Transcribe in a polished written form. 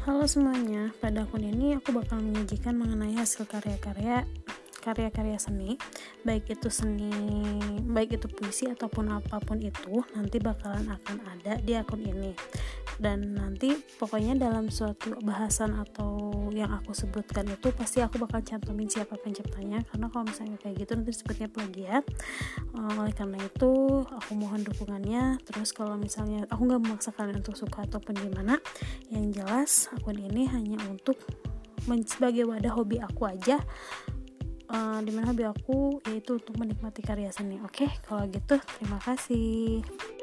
Halo semuanya, pada akun ini aku bakal menyajikan mengenai hasil karya-karya seni, baik itu puisi ataupun apapun itu, nanti bakalan akan ada di akun ini. Dan nanti pokoknya dalam suatu bahasan atau yang aku sebutkan itu pasti aku bakal cantumin siapa penciptanya, karena kalau misalnya kayak gitu nanti disebutnya plagiat. Oleh karena itu aku mohon dukungannya. Terus kalau misalnya aku nggak memaksa kalian untuk suka ataupun gimana, yang jelas akun ini hanya untuk sebagai wadah hobi aku aja, dimana hobi aku yaitu untuk menikmati karya seni. Oke, kalau gitu terima kasih.